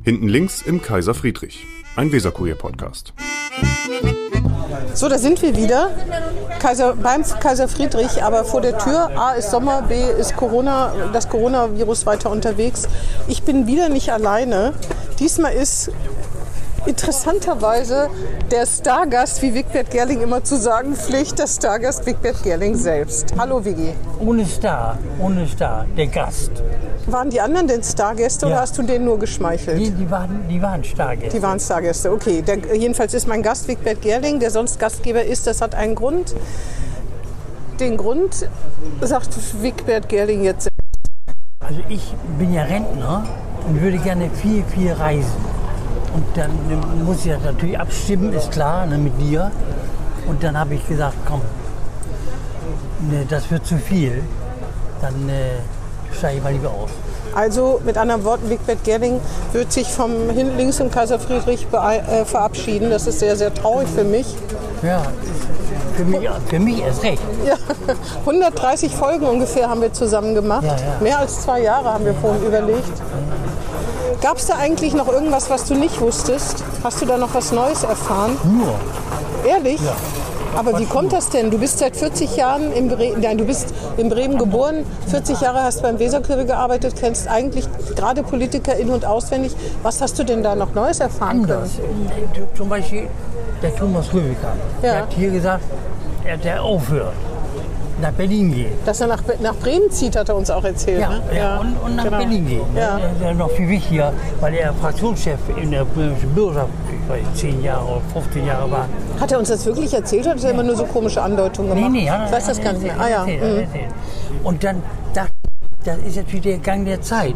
Hinten links im Kaiser Friedrich, ein Weserkurier-Podcast. So, da sind wir wieder. Beim Kaiser Friedrich, aber vor der Tür. A ist Sommer, B ist Corona, das Coronavirus weiter unterwegs. Ich bin wieder nicht alleine. Diesmal ist interessanterweise der Stargast, wie Wigbert Gerling immer zu sagen pflegt, der Stargast Wigbert Gerling selbst. Hallo Wiggi. Ohne Star, der Gast. Waren die anderen denn Stargäste oder hast du denen nur geschmeichelt? Die waren Stargäste. Die waren Stargäste, okay. Jedenfalls ist mein Gast Wigbert Gerling, der sonst Gastgeber ist. Das hat einen Grund. Den Grund sagt Wigbert Gerling jetzt. Also ich bin ja Rentner und würde gerne viel reisen. Und dann muss ich das natürlich abstimmen, ist klar, mit dir. Und dann habe ich gesagt, komm, das wird zu viel. Dann steige ich mal lieber aus. Also mit anderen Worten, Wigbert Gerling wird sich vom hinten links im Kaiser Friedrich verabschieden. Das ist sehr, sehr traurig für mich. Ja, für mich erst recht. Ja, 130 Folgen ungefähr haben wir zusammen gemacht. Ja. Mehr als 2 Jahre haben wir vorhin überlegt. Gab es da eigentlich noch irgendwas, was du nicht wusstest? Hast du da noch was Neues erfahren? Nur. Ehrlich? Ja. Aber wie kommt das denn? Du bist seit 40 Jahren du bist in Bremen geboren, 40 Jahre hast beim Weserkurier gearbeitet, kennst eigentlich gerade Politiker in- und auswendig. Was hast du denn da noch Neues erfahren können? Zum Beispiel der Thomas Röwekamp. Ja. Der hat hier gesagt, der aufhört, nach Berlin geht. Dass er nach Bremen zieht, hat er uns auch erzählt. Ja, ne? ja. Und nach genau. Berlin geht. Ja. Das ist noch viel wichtiger, weil er Fraktionschef in der Bremischen Bürgerschaft, ich weiß, 10 Jahre oder 15 Jahre war. Hat er uns das wirklich erzählt oder hat er immer nur so komische Andeutungen gemacht? Nee, ich weiß das gar nicht mehr. Ah, ja. Erzählt. Und dann dachte ich, das ist natürlich der Gang der Zeit.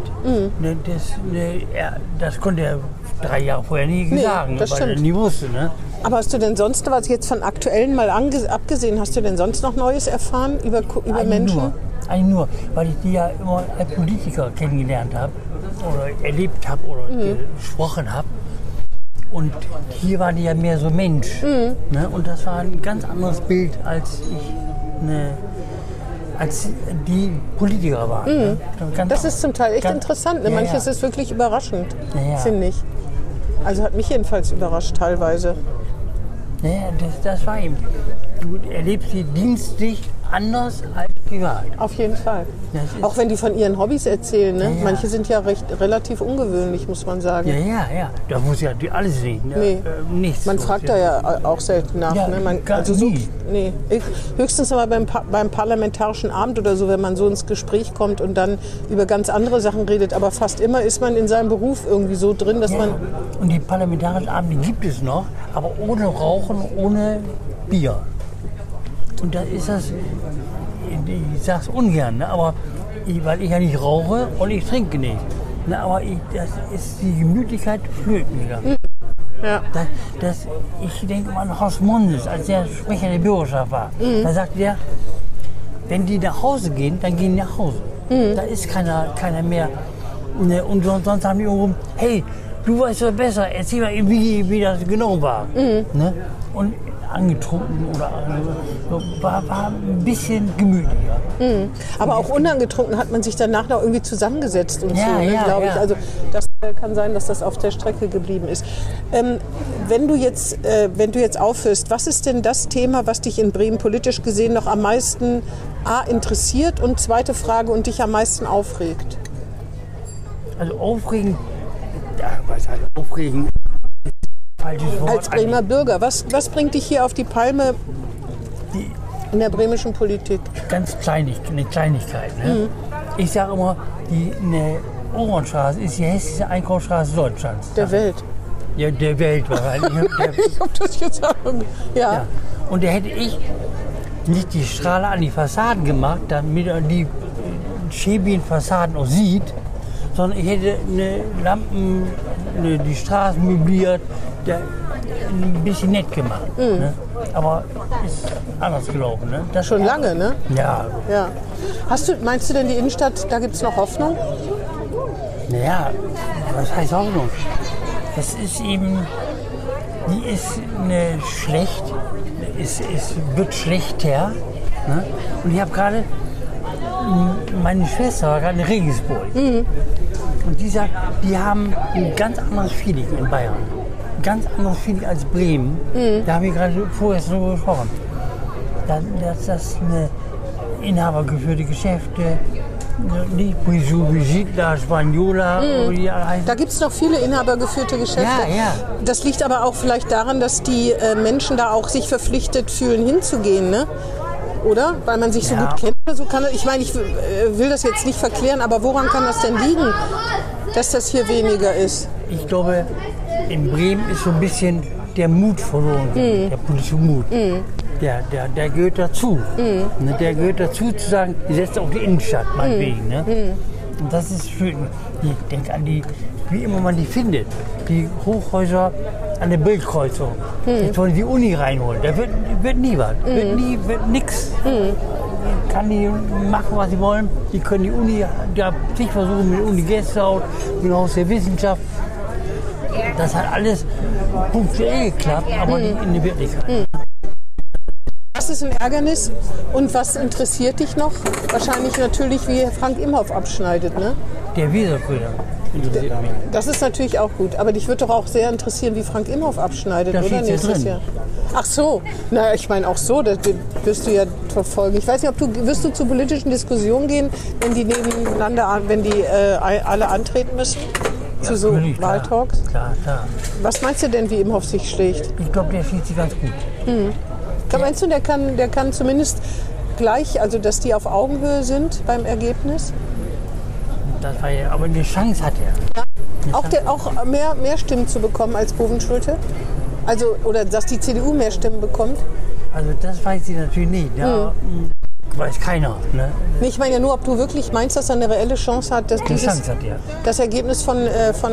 Das konnte er 3 Jahre vorher nie sagen, das weil stimmt. er nie wusste. Ne? Aber hast du denn sonst, was jetzt von aktuellen mal abgesehen, hast du denn sonst noch Neues erfahren über Menschen? Eigentlich nur, weil ich die ja immer als Politiker kennengelernt habe oder erlebt habe oder gesprochen habe. Und hier waren die ja mehr so Mensch. Ne? Und das war ein ganz anderes Bild, als die Politiker waren. Ne? Das ist zum Teil echt interessant. Ne? Manches ist wirklich überraschend, finde ich. Also hat mich jedenfalls überrascht teilweise. Naja, das war eben. Du erlebst sie dienstlich anders als privat. Auf jeden Fall. Auch wenn die von ihren Hobbys erzählen. Ne? Ja. Manche sind ja relativ ungewöhnlich, muss man sagen. Ja. Da muss ja alles sehen. Nee. Nichts. Man fragt da ja auch selten nach. Ja, ne? Höchstens aber beim Parlamentarischen Abend oder so, wenn man so ins Gespräch kommt und dann über ganz andere Sachen redet. Aber fast immer ist man in seinem Beruf irgendwie so drin, dass man... Und die Parlamentarischen Abende gibt es noch, aber ohne Rauchen, ohne Bier. Und da ist das, ich sag's ungern, ne, aber weil ich ja nicht rauche und ich trinke nicht. Ne, aber das ist die Gemütlichkeit flöten gegangen. Ja. Ich denke mal an Horst Mondes, als der Sprecher der Bürgerschaft war. Da sagt er, wenn die nach Hause gehen, dann gehen die nach Hause. Da ist keiner mehr. Ne, und sonst haben die irgendwo, hey, du weißt doch besser, erzähl mal, wie das genau war. Ne? Und angetrunken oder war ein bisschen gemütlicher. Aber auch unangetrunken hat man sich danach noch irgendwie zusammengesetzt und glaube ich. Ja. Also das kann sein, dass das auf der Strecke geblieben ist. Wenn du jetzt aufhörst, was ist denn das Thema, was dich in Bremen politisch gesehen noch am meisten interessiert und zweite Frage und dich am meisten aufregt? Also aufregend, aufregend. Als Bremer Bürger, was bringt dich hier auf die Palme in der bremischen Politik? Ganz eine Kleinigkeit. Ne? Ich sage immer, eine Ohrenstraße ist die hässlichste Einkaufsstraße Deutschlands. Der Welt. Ja, der Welt wahrscheinlich. Ich hab das jetzt sagen. Ja. Und da hätte ich nicht die Strahle an die Fassaden gemacht, damit man die schäbigen Fassaden auch sieht, sondern ich hätte die Straßen möbliert, ein bisschen nett gemacht. Ne? Aber ist anders gelaufen. Ne? Das schon lange, ne? Ja. Meinst du denn, die Innenstadt, da gibt es noch Hoffnung? Naja, was heißt Hoffnung? Das ist eben, die ist schlecht, es wird schlechter. Ne? Und ich habe gerade, meine Schwester war gerade in Regensburg. Und die sagt, die haben ein ganz anderes Feeling in Bayern. Ein ganz anderes Feeling als Bremen. Da haben wir gerade vorher so gesprochen. Dass das eine inhabergeführte Geschäfte, nicht Brigitte Spagnola. Da gibt es noch viele inhabergeführte Geschäfte. Ja. Das liegt aber auch vielleicht daran, dass die Menschen da auch sich verpflichtet fühlen, hinzugehen, ne? Oder? Weil man sich so gut kennt. So kann, ich meine, ich will das jetzt nicht verklären, aber woran kann das denn liegen, dass das hier weniger ist? Ich glaube, in Bremen ist so ein bisschen der Mut verloren, der politische Mut. Der gehört dazu. Ne, der gehört dazu zu sagen, die setzt auf die Innenstadt, meinetwegen. Ne? Und das ist schön. Ich denke an die, wie immer man die findet, die Hochhäuser an der Bildkreuzung. Jetzt wollen die Uni reinholen. Da wird nie was. Wird nix. Kann die machen, was sie wollen. Die können die Uni, sich versuchen mit der Uni Gästehaus, mit dem Haus der Wissenschaft. Das hat alles punktuell geklappt, aber nicht in der Wirklichkeit. Was ist ein Ärgernis und was interessiert dich noch? Wahrscheinlich natürlich, wie Frank Imhoff abschneidet, ne? Der Weserkurier interessiert mich. Das ist natürlich auch gut, aber dich wird doch auch sehr interessieren, wie Frank Imhoff abschneidet, Da oder? steht's ja Nächstes drin. Jahr. Ach so, na, ich meine auch so, das wirst du ja verfolgen. Ich weiß nicht, wirst du zu politischen Diskussionen gehen, wenn die nebeneinander, wenn die alle antreten müssen? Zu so Natürlich, klar. Wahltalks? Klar. Was meinst du denn, wie Imhoff sich schlägt? Ich glaube, der schlägt sich ganz gut. Meinst du, der kann zumindest gleich, also dass die auf Augenhöhe sind beim Ergebnis? Das war ja, aber eine Chance hat er. Auch mehr Stimmen zu bekommen als Bovenschulte? Also, oder dass die CDU mehr Stimmen bekommt? Also das weiß ich natürlich nicht. Ja, weiß keiner. Ne? Nee, ich meine ja nur, ob du wirklich meinst, dass er eine reelle Chance hat, dass Eine Chance hat er. das Ergebnis von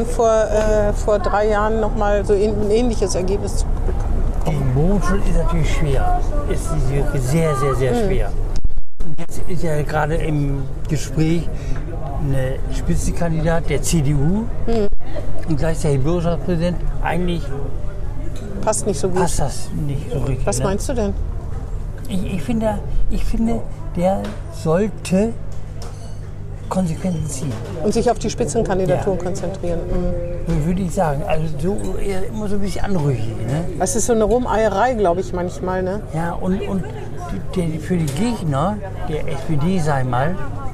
vor 3 Jahren nochmal so ein ähnliches Ergebnis zu bekommen. Die Bovenschulte ist natürlich schwer. Ist sehr, sehr, sehr schwer. Und jetzt ist ja gerade im Gespräch eine Spitzenkandidat der CDU und gleichzeitig Bürgerschaftspräsident. Eigentlich Passt nicht so gut. passt das nicht so richtig. Was ne? meinst du denn? Ich finde, der sollte Konsequenzen ziehen. Und sich auf die Spitzenkandidatur Ja. konzentrieren. So würde ich sagen. Also so eher immer so ein bisschen anrüchig. Ne? Das ist so eine Rumeierei, glaube ich, manchmal. Ne? Ja, und für die Gegner der SPD sei mal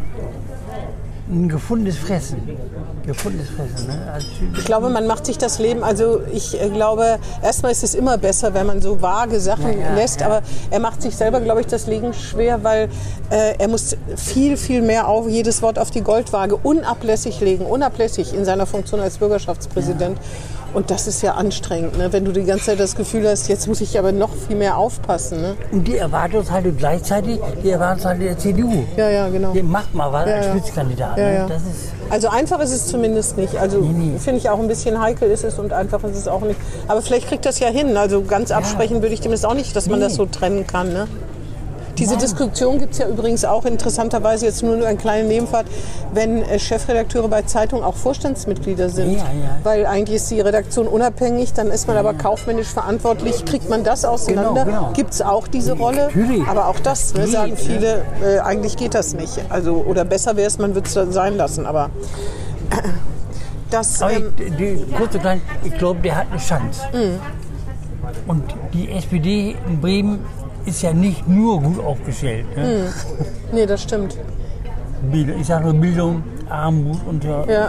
ein gefundenes Fressen. Gefundenes Fressen. Ne? Also Ich glaube, man macht sich das Leben, also ich glaube, erstmal ist es immer besser, wenn man so vage Sachen lässt, aber er macht sich selber, glaube ich, das Leben schwer, weil er muss viel, viel mehr auf jedes Wort auf die Goldwaage unablässig legen, unablässig in seiner Funktion als Bürgerschaftspräsident. Und das ist ja anstrengend, ne? Wenn du die ganze Zeit das Gefühl hast, jetzt muss ich aber noch viel mehr aufpassen. Ne? Und die Erwartungshaltung gleichzeitig, die Erwartungshaltung der CDU. Ja, genau. Die macht mal was als Spitzenkandidat. Ja, ne? ja. Das ist Also einfach ist es zumindest nicht. Also Nee. finde ich auch ein bisschen heikel ist es und einfach ist es auch nicht. Aber vielleicht kriegt das ja hin. Also ganz absprechen würde ich dem jetzt auch nicht, dass man das so trennen kann. Ne? Diese Diskussion gibt es ja übrigens auch interessanterweise, jetzt nur eine kleine Nebenfahrt, wenn Chefredakteure bei Zeitungen auch Vorstandsmitglieder sind. Ja. Weil eigentlich ist die Redaktion unabhängig, dann ist man aber kaufmännisch verantwortlich. Kriegt man das auseinander? Genau. Gibt es auch diese Rolle? Natürlich. Aber auch das, ne, Geht, sagen viele, eigentlich geht das nicht. Also, oder besser wäre es, man würde es sein lassen. Aber das... Aber kurz und klein, ich glaube, der hat eine Chance. Und die SPD in Bremen ist ja nicht nur gut aufgestellt. Ne? Nee, das stimmt. Ich sage nur Bildung, Armut und Ja.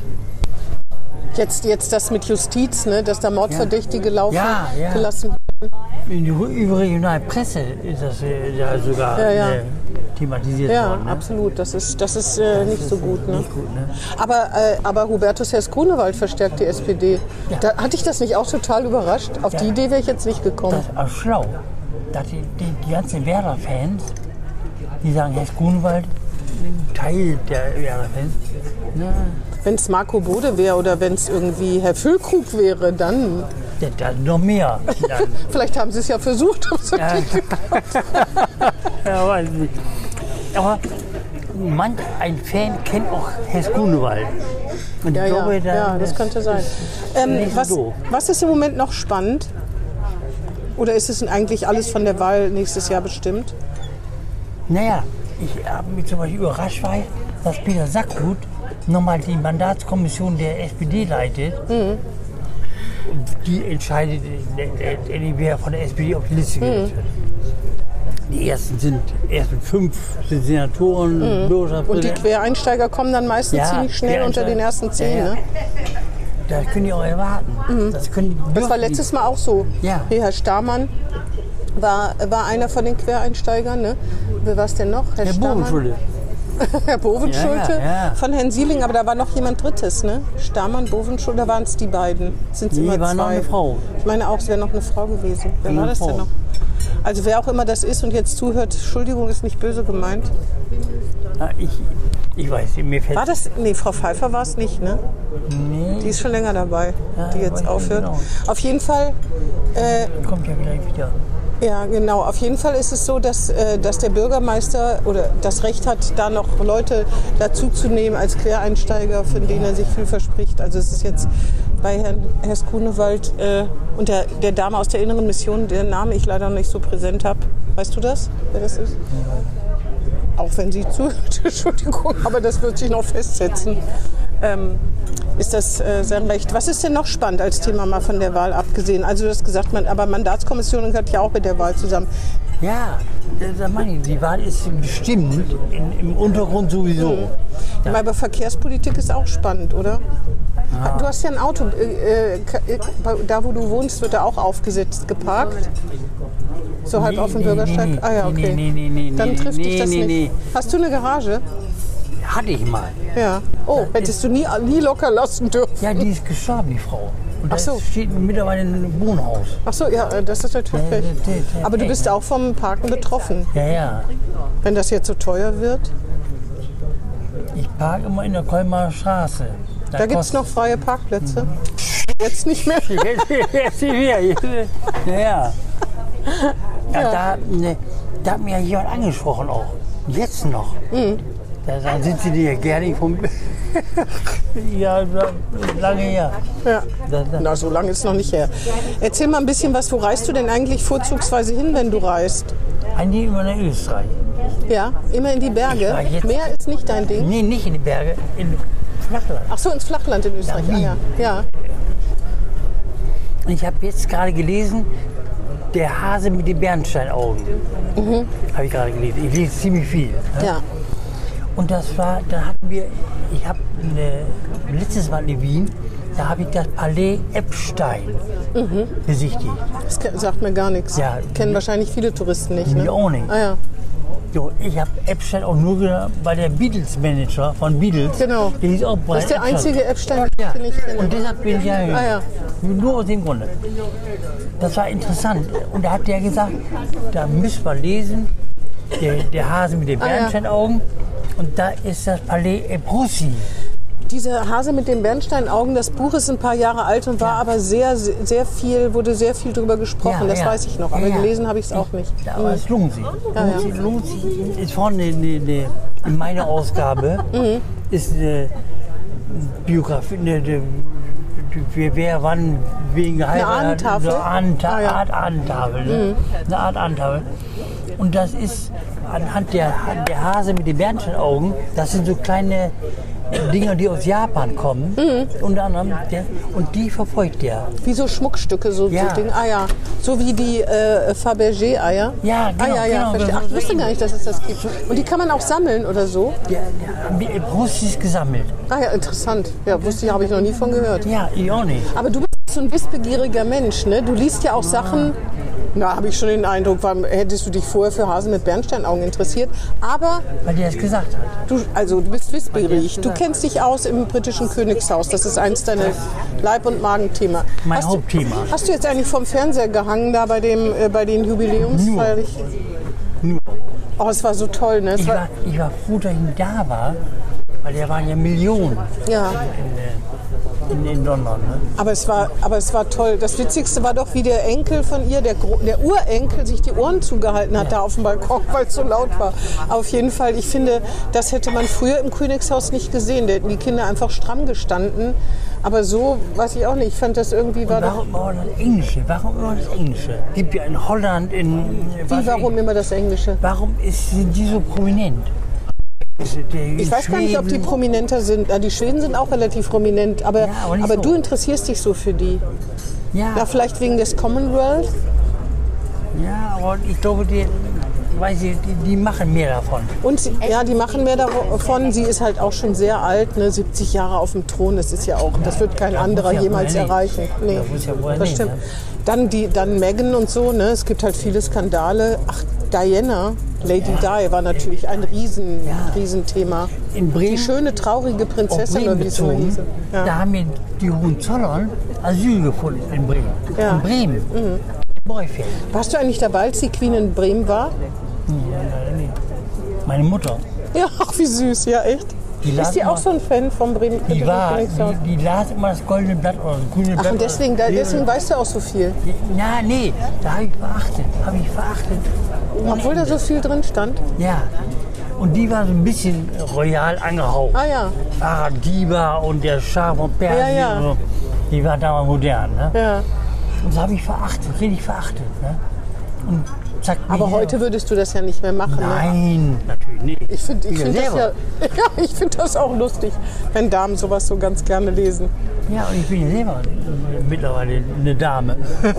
Jetzt das mit Justiz, ne, dass da Mordverdächtige laufen Ja. gelassen. in der überregionalen Presse ist das ja sogar thematisiert Ja, worden. Ne? absolut. Das ist nicht so gut. Ne? Nicht gut, ne? Aber Hubertus Hess-Grunewald verstärkt die SPD. Ja. Da, hatte ich das nicht auch total überrascht? Auf die Idee wäre ich jetzt nicht gekommen. Das ist auch schlau. Dass die ganzen Werder-Fans, die sagen, Hess Grunewald, ein Teil der Werder-Fans, ne, Wenn es Marco Bode wäre oder wenn es irgendwie Herr Füllkrug wäre, dann... dann noch mehr. Dann, Vielleicht haben sie es ja versucht. ja, weiß ich nicht. Aber ein Fan kennt auch Hess Grunewald. Und ich glaube, das könnte sein. nicht so doof. Was ist im Moment noch spannend? Oder ist es denn eigentlich alles von der Wahl nächstes Jahr bestimmt? Naja, ich habe mich zum Beispiel überrascht, dass Peter Sackhut nochmal die Mandatskommission der SPD leitet. Und die entscheidet, wer von der SPD auf die Liste gewählt wird. Die ersten 5 sind Senatoren, Bürgerschaftsräte. Und die Quereinsteiger kommen dann meistens ziemlich schnell unter den ersten 10. Ja. Ne? Das können die auch erwarten. Das war letztes Mal auch so. Ja. Hier, Herr Starmann war einer von den Quereinsteigern. Ne? Wer war es denn noch? Herr Bovenschulte. Herr Bovenschulte Ja. von Herrn Sieling, aber da war noch jemand Drittes. Ne? Starmann, Bovenschulte, da waren es die beiden. Sind immer war 2. noch eine Frau. Ich meine auch, es wäre noch eine Frau gewesen. Wer war das denn noch? Also wer auch immer das ist und jetzt zuhört, Entschuldigung, ist nicht böse gemeint. Ja, ich weiß, mir fällt... War das? Nee, Frau Pfeiffer war es nicht, ne? Nee. Die ist schon länger dabei, die jetzt aufhört. Genau. Auf jeden Fall... Kommt ja gleich wieder. Ja, genau. Auf jeden Fall ist es so, dass der Bürgermeister oder das Recht hat, da noch Leute dazuzunehmen als Quereinsteiger, von denen er sich viel verspricht. Also es ist jetzt bei Herrn Grunewald und der Dame aus der Inneren Mission, deren Name ich leider noch nicht so präsent habe. Weißt du das, wer das ist? Auch wenn sie zuhört, Entschuldigung, aber das wird sich noch festsetzen. Ist das sein Recht. Was ist denn noch spannend als Thema mal von der Wahl abgesehen? Also du hast gesagt, aber Mandatskommission gehört ja auch mit der Wahl zusammen. Ja, das meine ich. Die Wahl ist bestimmt im Untergrund sowieso. Ja. Aber Verkehrspolitik ist auch spannend, oder? Ja. Du hast ja ein Auto, da wo du wohnst, wird er auch aufgesetzt, geparkt? So halb auf dem Bürgersteig? Ah ja, okay. Nee, dann trifft dich das nicht. Hast du eine Garage? Hatte ich mal. Ja. Oh, hättest du nie locker lassen dürfen. Ja, die ist gestorben, die Frau. Und Ach so. da steht mittlerweile ein Wohnhaus. Ach so, ja, das ist natürlich recht. Aber du bist auch vom Parken betroffen. Ja. Wenn das jetzt so teuer wird? Ich parke immer in der Kolmarer Straße. Da gibt es noch freie Parkplätze. Jetzt nicht mehr. Jetzt nicht mehr. Ja. Da hat mir ja jemand angesprochen auch. Jetzt noch. Da sind sie dir gerne vom... Ja, lange her. Ja. Na, so lange ist es noch nicht her. Erzähl mal ein bisschen was. Wo reist du denn eigentlich vorzugsweise hin, wenn du reist? Eigentlich immer nach Österreich. Ja, immer in die Berge? Meer ist nicht dein Ding? Nee, nicht in die Berge, in Flachland. Ach so, ins Flachland in Österreich. Ja. Ich habe jetzt gerade gelesen, der Hase mit den Bernsteinaugen. Habe ich gerade gelesen. Ich lese ziemlich viel. Ja. Und da hatten wir, ich habe letztes Mal in Wien, da habe ich das Palais Eppstein besichtigt. Das sagt mir gar nichts. Ja, kennen wahrscheinlich viele Touristen nicht. Ne? Ich auch nicht. Ah, ja. So, ich habe Eppstein auch nur gedacht, weil der Beatles-Manager von Beatles, genau. Der hieß auch Brian Das ist der einzige Eppstein, ja. den ich kenne. Und deshalb bin ich ja, ja. Nur aus dem Grunde. Das war interessant. Und da hat der gesagt, da müssen wir lesen, der Hase mit den Bernsteinaugen. Und da ist das Palais Ebrussi. Dieser Hase mit den Bernsteinaugen, das Buch ist ein paar Jahre alt und war aber wurde sehr viel drüber gesprochen, das weiß ich noch. Aber gelesen habe ich es auch nicht. Ja, aber es lohnt sich. Lohnt sich. Ist vorne in meiner Ausgabe ist eine Biografie, wer wann wegen Eine Ahnentafel? Art Ahnentafel. Eine Art Ahnentafel. Und das ist anhand der Hase mit den Bernsteinaugen, das sind so kleine Dinger, die aus Japan kommen, unter anderem, und die verfolgt der. Wie so Schmuckstücke, so Dinge. Ah ja, so wie die Fabergé-Eier. Ja, genau. Verstehe. Ach, ich wusste gar nicht, dass es das gibt. Und die kann man auch sammeln oder so? Der Brust ist gesammelt. Ah ja, interessant. Ja, habe ich noch nie von gehört. Ja, ich auch nicht. Aber du bist so ein wissbegieriger Mensch, ne? Du liest ja auch Sachen... Na, habe ich schon den Eindruck, hättest du dich vorher für Hasen mit Bernsteinaugen interessiert. Aber... Weil der es gesagt hat. Du bist wissbegierig. Du kennst dich aus im britischen Königshaus. Das ist eins deiner Leib- und Magenthema. Mein Hauptthema. Hast du jetzt eigentlich vom Fernseher gehangen, da bei den Jubiläumsfeiern? Nur. Oh, es war so toll, ne? Ich war froh, dass ich da war, weil da waren ja Millionen. Ja. In London. Ne? Aber es war toll. Das Witzigste war doch, wie der Enkel von ihr, der Urenkel, sich die Ohren zugehalten hat da auf dem Balkon, weil es so laut war. Auf jeden Fall, ich finde, das hätte man früher im Königshaus nicht gesehen. Da hätten die Kinder einfach stramm gestanden. Aber so, weiß ich auch nicht. Ich fand das irgendwie... Warum immer das Englische? Gibt ja in Holland, warum immer das Englische? Warum sind die so prominent? Ich weiß gar nicht, ob die prominenter sind. Die Schweden sind auch relativ prominent, aber so. du interessierst dich so für die. Ja. Ja, vielleicht wegen des Commonwealth? Ja, aber ich glaube, die machen mehr davon. Und die machen mehr davon. Sie ist halt auch schon sehr alt, ne? 70 Jahre auf dem Thron. Das ist ja auch, das wird kein anderer jemals erreichen. Nee, das stimmt. Dann Meghan und so, ne? Es gibt halt viele Skandale. Ach, Diana, Lady Di war natürlich ein Riesenthema. In Bremen, die schöne, traurige Prinzessin, oder wie es so hieß. Ja. Da haben wir die Hohenzollern Asyl gefunden in Bremen. Ja. In Bremen. Beufeld. Warst du eigentlich dabei, als die Queen in Bremen war? Nee. Meine Mutter. Ja, ach wie süß, ja echt. Ist die auch so ein Fan vom Bremen? Die las immer das Goldene Blatt oder das Grüne Blatt. Ach, und deswegen weißt du auch so viel? Ja, nee, da habe ich verachtet. Obwohl da so viel drin stand? Ja. Und die war so ein bisschen royal angehaucht. Ah ja. Diva und der Schah von Persien. Ja. Und so. Die war damals modern. Ne? Ja. Und das habe ich richtig verachtet. Ne? Und aber heute würdest du das ja nicht mehr machen. Nein, natürlich nicht. Ich finde das auch lustig, wenn Damen sowas so ganz gerne lesen. Ja, und ich bin ja selber mittlerweile eine Dame.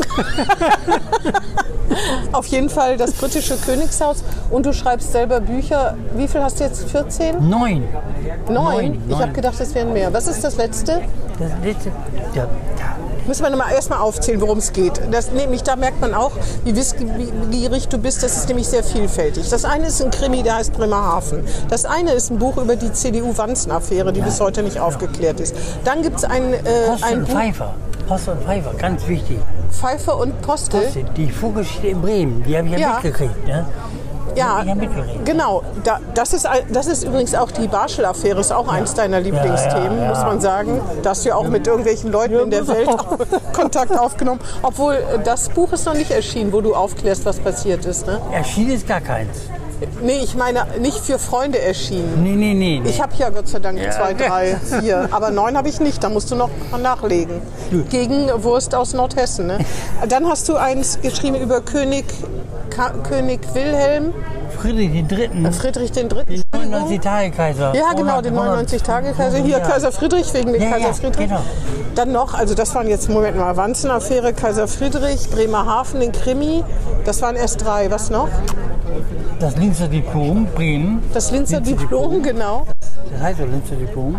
Auf jeden Fall das britische Königshaus. Und du schreibst selber Bücher. Wie viel hast du jetzt? 14? 9. 9? Ich habe gedacht, es wären mehr. Was ist das letzte? Das letzte, Müssen wir erstmal aufzählen, worum es geht. Da merkt man auch, wie wissbegierig du bist. Das ist nämlich sehr vielfältig. Das eine ist ein Krimi, der heißt Bremerhaven. Das eine ist ein Buch über die CDU-Wanzen-Affäre, die bis heute nicht aufgeklärt ist. Dann gibt es ein Buch... Postel und Pfeiffer, ganz wichtig. Pfeiffer und Postel? Die Vorgeschichte in Bremen, die habe ich ja mitgekriegt. Ne? Ja, genau. Das ist übrigens auch die Barschel-Affäre, ist auch eins deiner Lieblingsthemen, muss man sagen. Da hast du ja auch mit irgendwelchen Leuten in der Welt Kontakt aufgenommen. Obwohl, das Buch ist noch nicht erschienen, wo du aufklärst, was passiert ist. Ne? Erschienen ist gar keins. Nee, ich meine, nicht für Freunde erschienen. Nee. Ich habe ja Gott sei Dank 2, 3, 4, aber 9 habe ich nicht, da musst du noch mal nachlegen. Gegen Wurst aus Nordhessen. Ne? Dann hast du eins geschrieben über König Wilhelm. Friedrich III. Den 99-Tage-Kaiser. Ja, genau, den 99-Tage-Kaiser. Hier, Kaiser Friedrich, wegen dem Kaiser Friedrich. Genau. Dann noch, also das waren jetzt, Moment mal, Wanzen-Affäre, Kaiser Friedrich, Bremerhaven, den Krimi. Das waren erst 3. Was noch? Das Linzer Diplom, Bremen. Das Linzer Diplom, genau. Das heißt so Linzer Diplom.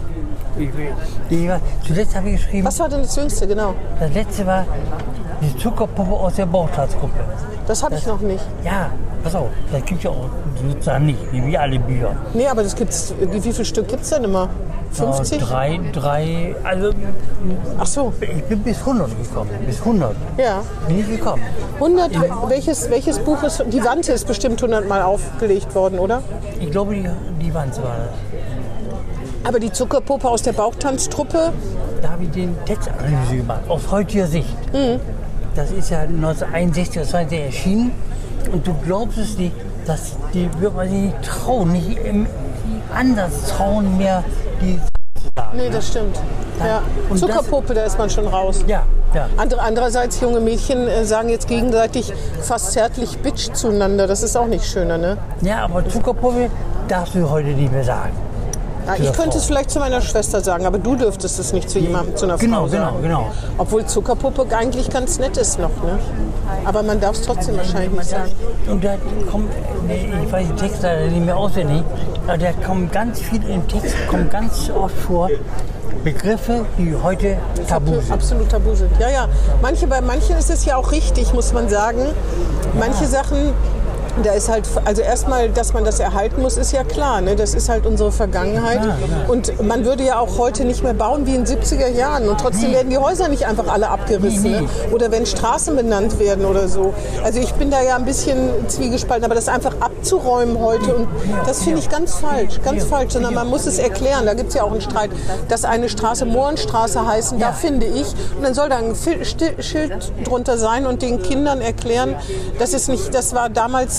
Zuletzt habe ich geschrieben... Was war denn das Jüngste, genau? Das letzte war die Zuckerpuppe aus der Bauchtanzgruppe. Das habe ich noch nicht. Ja, pass auf, das gibt es ja auch sozusagen nicht, wie alle Bücher. Nee, aber das gibt's, wie viel Stück gibt es denn immer? 50? Drei, also... Ach so. Ich bin bis 100 gekommen, bis 100. Ja. Bin ich gekommen. 100, welches Buch ist... Die Wanze ist bestimmt 100 Mal aufgelegt worden, oder? Ich glaube, die Wanze war das. Aber die Zuckerpuppe aus der Bauchtanztruppe? Da habe ich den Textanalyse gemacht, aus heutiger Sicht. Mhm. Das ist ja 1961 oder 20 erschienen. Und du glaubst es nicht, dass die wird man sich nicht trauen, nicht anders trauen mehr, die zu sagen. Nee, das stimmt. Ja. Zuckerpuppe, da ist man schon raus. Ja. Andererseits, junge Mädchen sagen jetzt gegenseitig fast zärtlich Bitch zueinander. Das ist auch nicht schöner, ne? Ja, aber Zuckerpuppe darfst du heute nicht mehr sagen. Ja, ich könnte es vielleicht zu meiner Schwester sagen, aber du dürftest es nicht zu jemandem, zu einer Frau sagen. Genau. Obwohl Zuckerpuppe eigentlich ganz nett ist noch, ne? Aber man darf es trotzdem wahrscheinlich nicht sagen. Und da kommt, ich weiß den Text leider nicht mehr auswendig, aber da kommen ganz viel im Text, kommt ganz oft vor, Begriffe, die heute tabu sind. Absolut tabu sind. Ja. Bei manchen ist es ja auch richtig, muss man sagen. Manche Sachen... Da ist halt, also erstmal, dass man das erhalten muss, ist ja klar, ne? Das ist halt unsere Vergangenheit. Ja. Und man würde ja auch heute nicht mehr bauen wie in den 70er Jahren. Und trotzdem werden die Häuser nicht einfach alle abgerissen. Ne? Oder wenn Straßen benannt werden oder so. Also ich bin da ja ein bisschen zwiegespalten, aber das einfach abzuräumen heute, und das finde ich ganz falsch, sondern man muss es erklären. Da gibt es ja auch einen Streit, dass eine Straße Mohrenstraße heißen darf, finde ich. Und dann soll da ein Schild drunter sein und den Kindern erklären, das war damals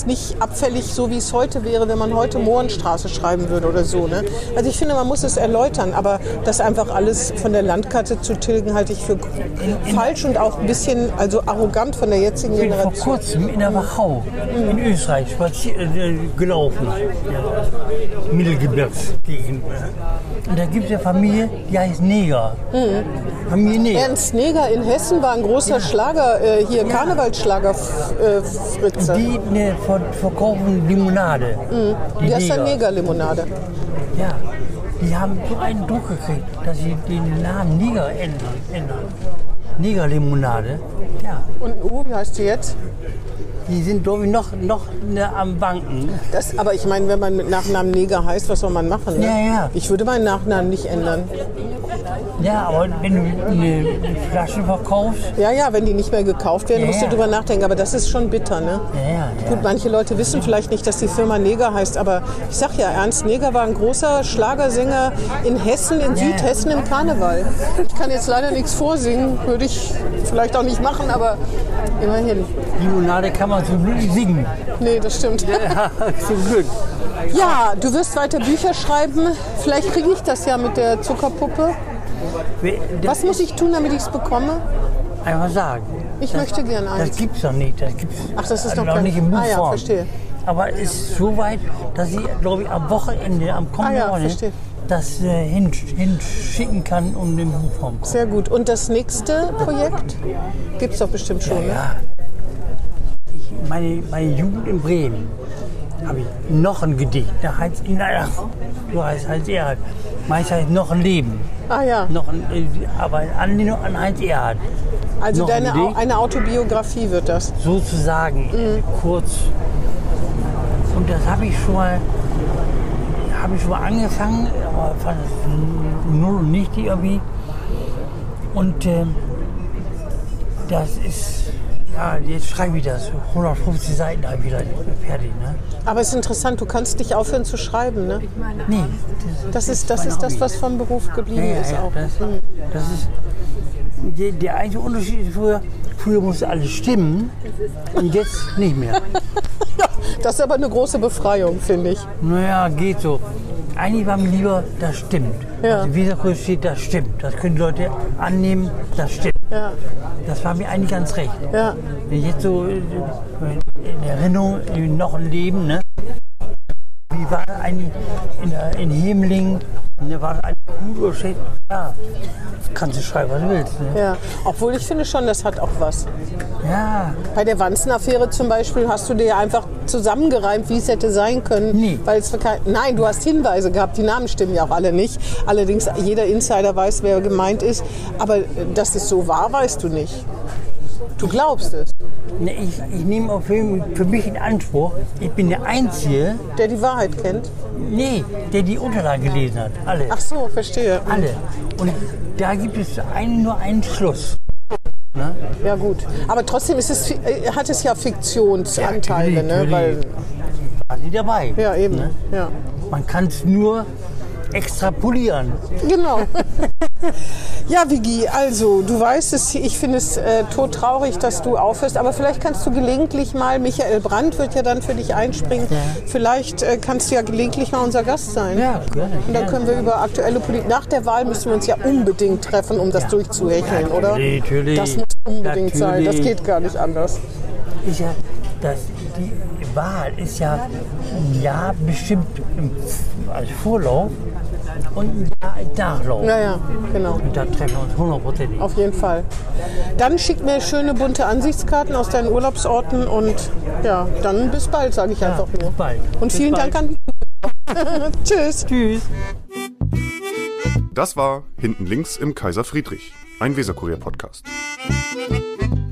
jetzt nicht abfällig, so wie es heute wäre, wenn man heute Mohrenstraße schreiben würde oder so. Ne? Also ich finde, man muss es erläutern, aber das einfach alles von der Landkarte zu tilgen, halte ich für falsch und auch ein bisschen arrogant von der jetzigen Ich bin vor Generation. kurzem in der Wachau in Österreich gelaufen. Ja. Mittelgebirgsgegend. Und da gibt es eine Familie, die heißt Neger. Familie Neger. Ernst Neger in Hessen war ein großer Schlager, Karnevalsschlager Fritze. Die verkaufen Limonade. Die heißt dann Negerlimonade. Ja, die haben so einen Druck gekriegt, dass sie den Namen Neger ändern. Negerlimonade. Ja. Und wie heißt die jetzt? Die sind, glaube ich, noch am Banken. Aber ich meine, wenn man mit Nachnamen Neger heißt, was soll man machen? Ne? Ja, ja. Ich würde meinen Nachnamen nicht ändern. Ja, aber wenn du eine Flasche verkaufst... Ja, wenn die nicht mehr gekauft werden, musst du drüber nachdenken. Aber das ist schon bitter, ne? Ja. Gut, manche Leute wissen vielleicht nicht, dass die Firma Neger heißt, aber ich sag ja, Ernst Neger war ein großer Schlagersänger in Hessen, in Südhessen im Karneval. Ich kann jetzt leider nichts vorsingen, würde ich vielleicht auch nicht machen, aber immerhin. Limonade kann man zum Glück nicht singen. Nee, das stimmt. Ja, zum Glück. Ja, du wirst weiter Bücher schreiben. Vielleicht kriege ich das ja mit der Zuckerpuppe. Was muss ich tun, damit ich es bekomme? Einfach sagen. Ich möchte gerne eins. Das gibt's doch nicht. Das ist noch nicht in Buchform. Ja, verstehe. Aber es ist so weit, dass ich, glaube ich, am Wochenende, am kommenden Wochenende, das hinschicken kann um den Buchform. Sehr gut. Und das nächste Projekt gibt es doch bestimmt schon, ne? Ja. Meine Jugend in Bremen habe ich noch ein Gedicht. Da heißt Heinz Erhardt. Meist heißt noch ein Leben. Ah ja. Aber in Anlehnung an Heinz Erhardt. Also eine Autobiografie wird das. Sozusagen, kurz. Und das habe ich schon mal angefangen, aber fand es null und nicht irgendwie. Und das ist, jetzt schreibe ich das. 150 Seiten habe ich wieder fertig. Ne? Aber es ist interessant, du kannst nicht aufhören zu schreiben, ne? Nee. Das ist das, was vom Beruf geblieben ist auch. Das ist der einzige Unterschied ist, früher musste alles stimmen und jetzt nicht mehr. Ja, das ist aber eine große Befreiung, finde ich. Naja, geht so. Eigentlich war mir lieber, das stimmt. Ja. Also wie da steht, das stimmt. Das können die Leute annehmen, das stimmt. Ja. Das war mir eigentlich ganz recht. Ja. Wenn ich jetzt so in Erinnerung noch ein Leben, ne? Wie war das eigentlich in Hemling? Ne, war das eigentlich gut oder schlecht? Ja, kannst du schreiben, was du willst. Ne? Ja. Obwohl ich finde schon, das hat auch was. Ja. Bei der Wanzen-Affäre zum Beispiel hast du dir ja einfach zusammengereimt, wie es hätte sein können. Nee. Nein, du hast Hinweise gehabt, die Namen stimmen ja auch alle nicht. Allerdings, jeder Insider weiß, wer gemeint ist. Aber dass es so war, weißt du nicht. Du glaubst es. Ne, ich nehme auf für mich in Anspruch, ich bin der Einzige, Der die Wahrheit kennt. nee, der die Unterlagen gelesen hat. Alle. Ach so, verstehe. Alle. Und da gibt es nur einen Schluss. Ne? Ja gut. Aber trotzdem hat es ja Fiktionsanteile. Natürlich. Weil, War sie dabei. ja, eben. Ne? Ja. Man kann es nur extrapolieren. Genau. Ja, Vigi, also du weißt es, ich finde es todtraurig, dass du aufhörst, aber vielleicht kannst du gelegentlich mal, Michael Brandt wird ja dann für dich einspringen, vielleicht kannst du ja gelegentlich mal unser Gast sein. Ja, gerne. Und dann können wir über aktuelle Politik, nach der Wahl müssen wir uns ja unbedingt treffen, um das durchzuhecheln, oder? Natürlich. Das muss unbedingt sein, das geht gar nicht anders. Die Wahl ist ja ein Jahr bestimmt als Vorlauf und ein Jahr als Nachlauf. Naja, genau. Und da treffen wir uns 100%. Auf jeden Fall. Dann schick mir schöne bunte Ansichtskarten aus deinen Urlaubsorten und ja, dann bis bald, sage ich einfach nur. Bis bald. Und Bis vielen bald. Dank an Tschüss. Tschüss. Das war Hinten links im Kaiser Friedrich, ein Weserkurier-Podcast.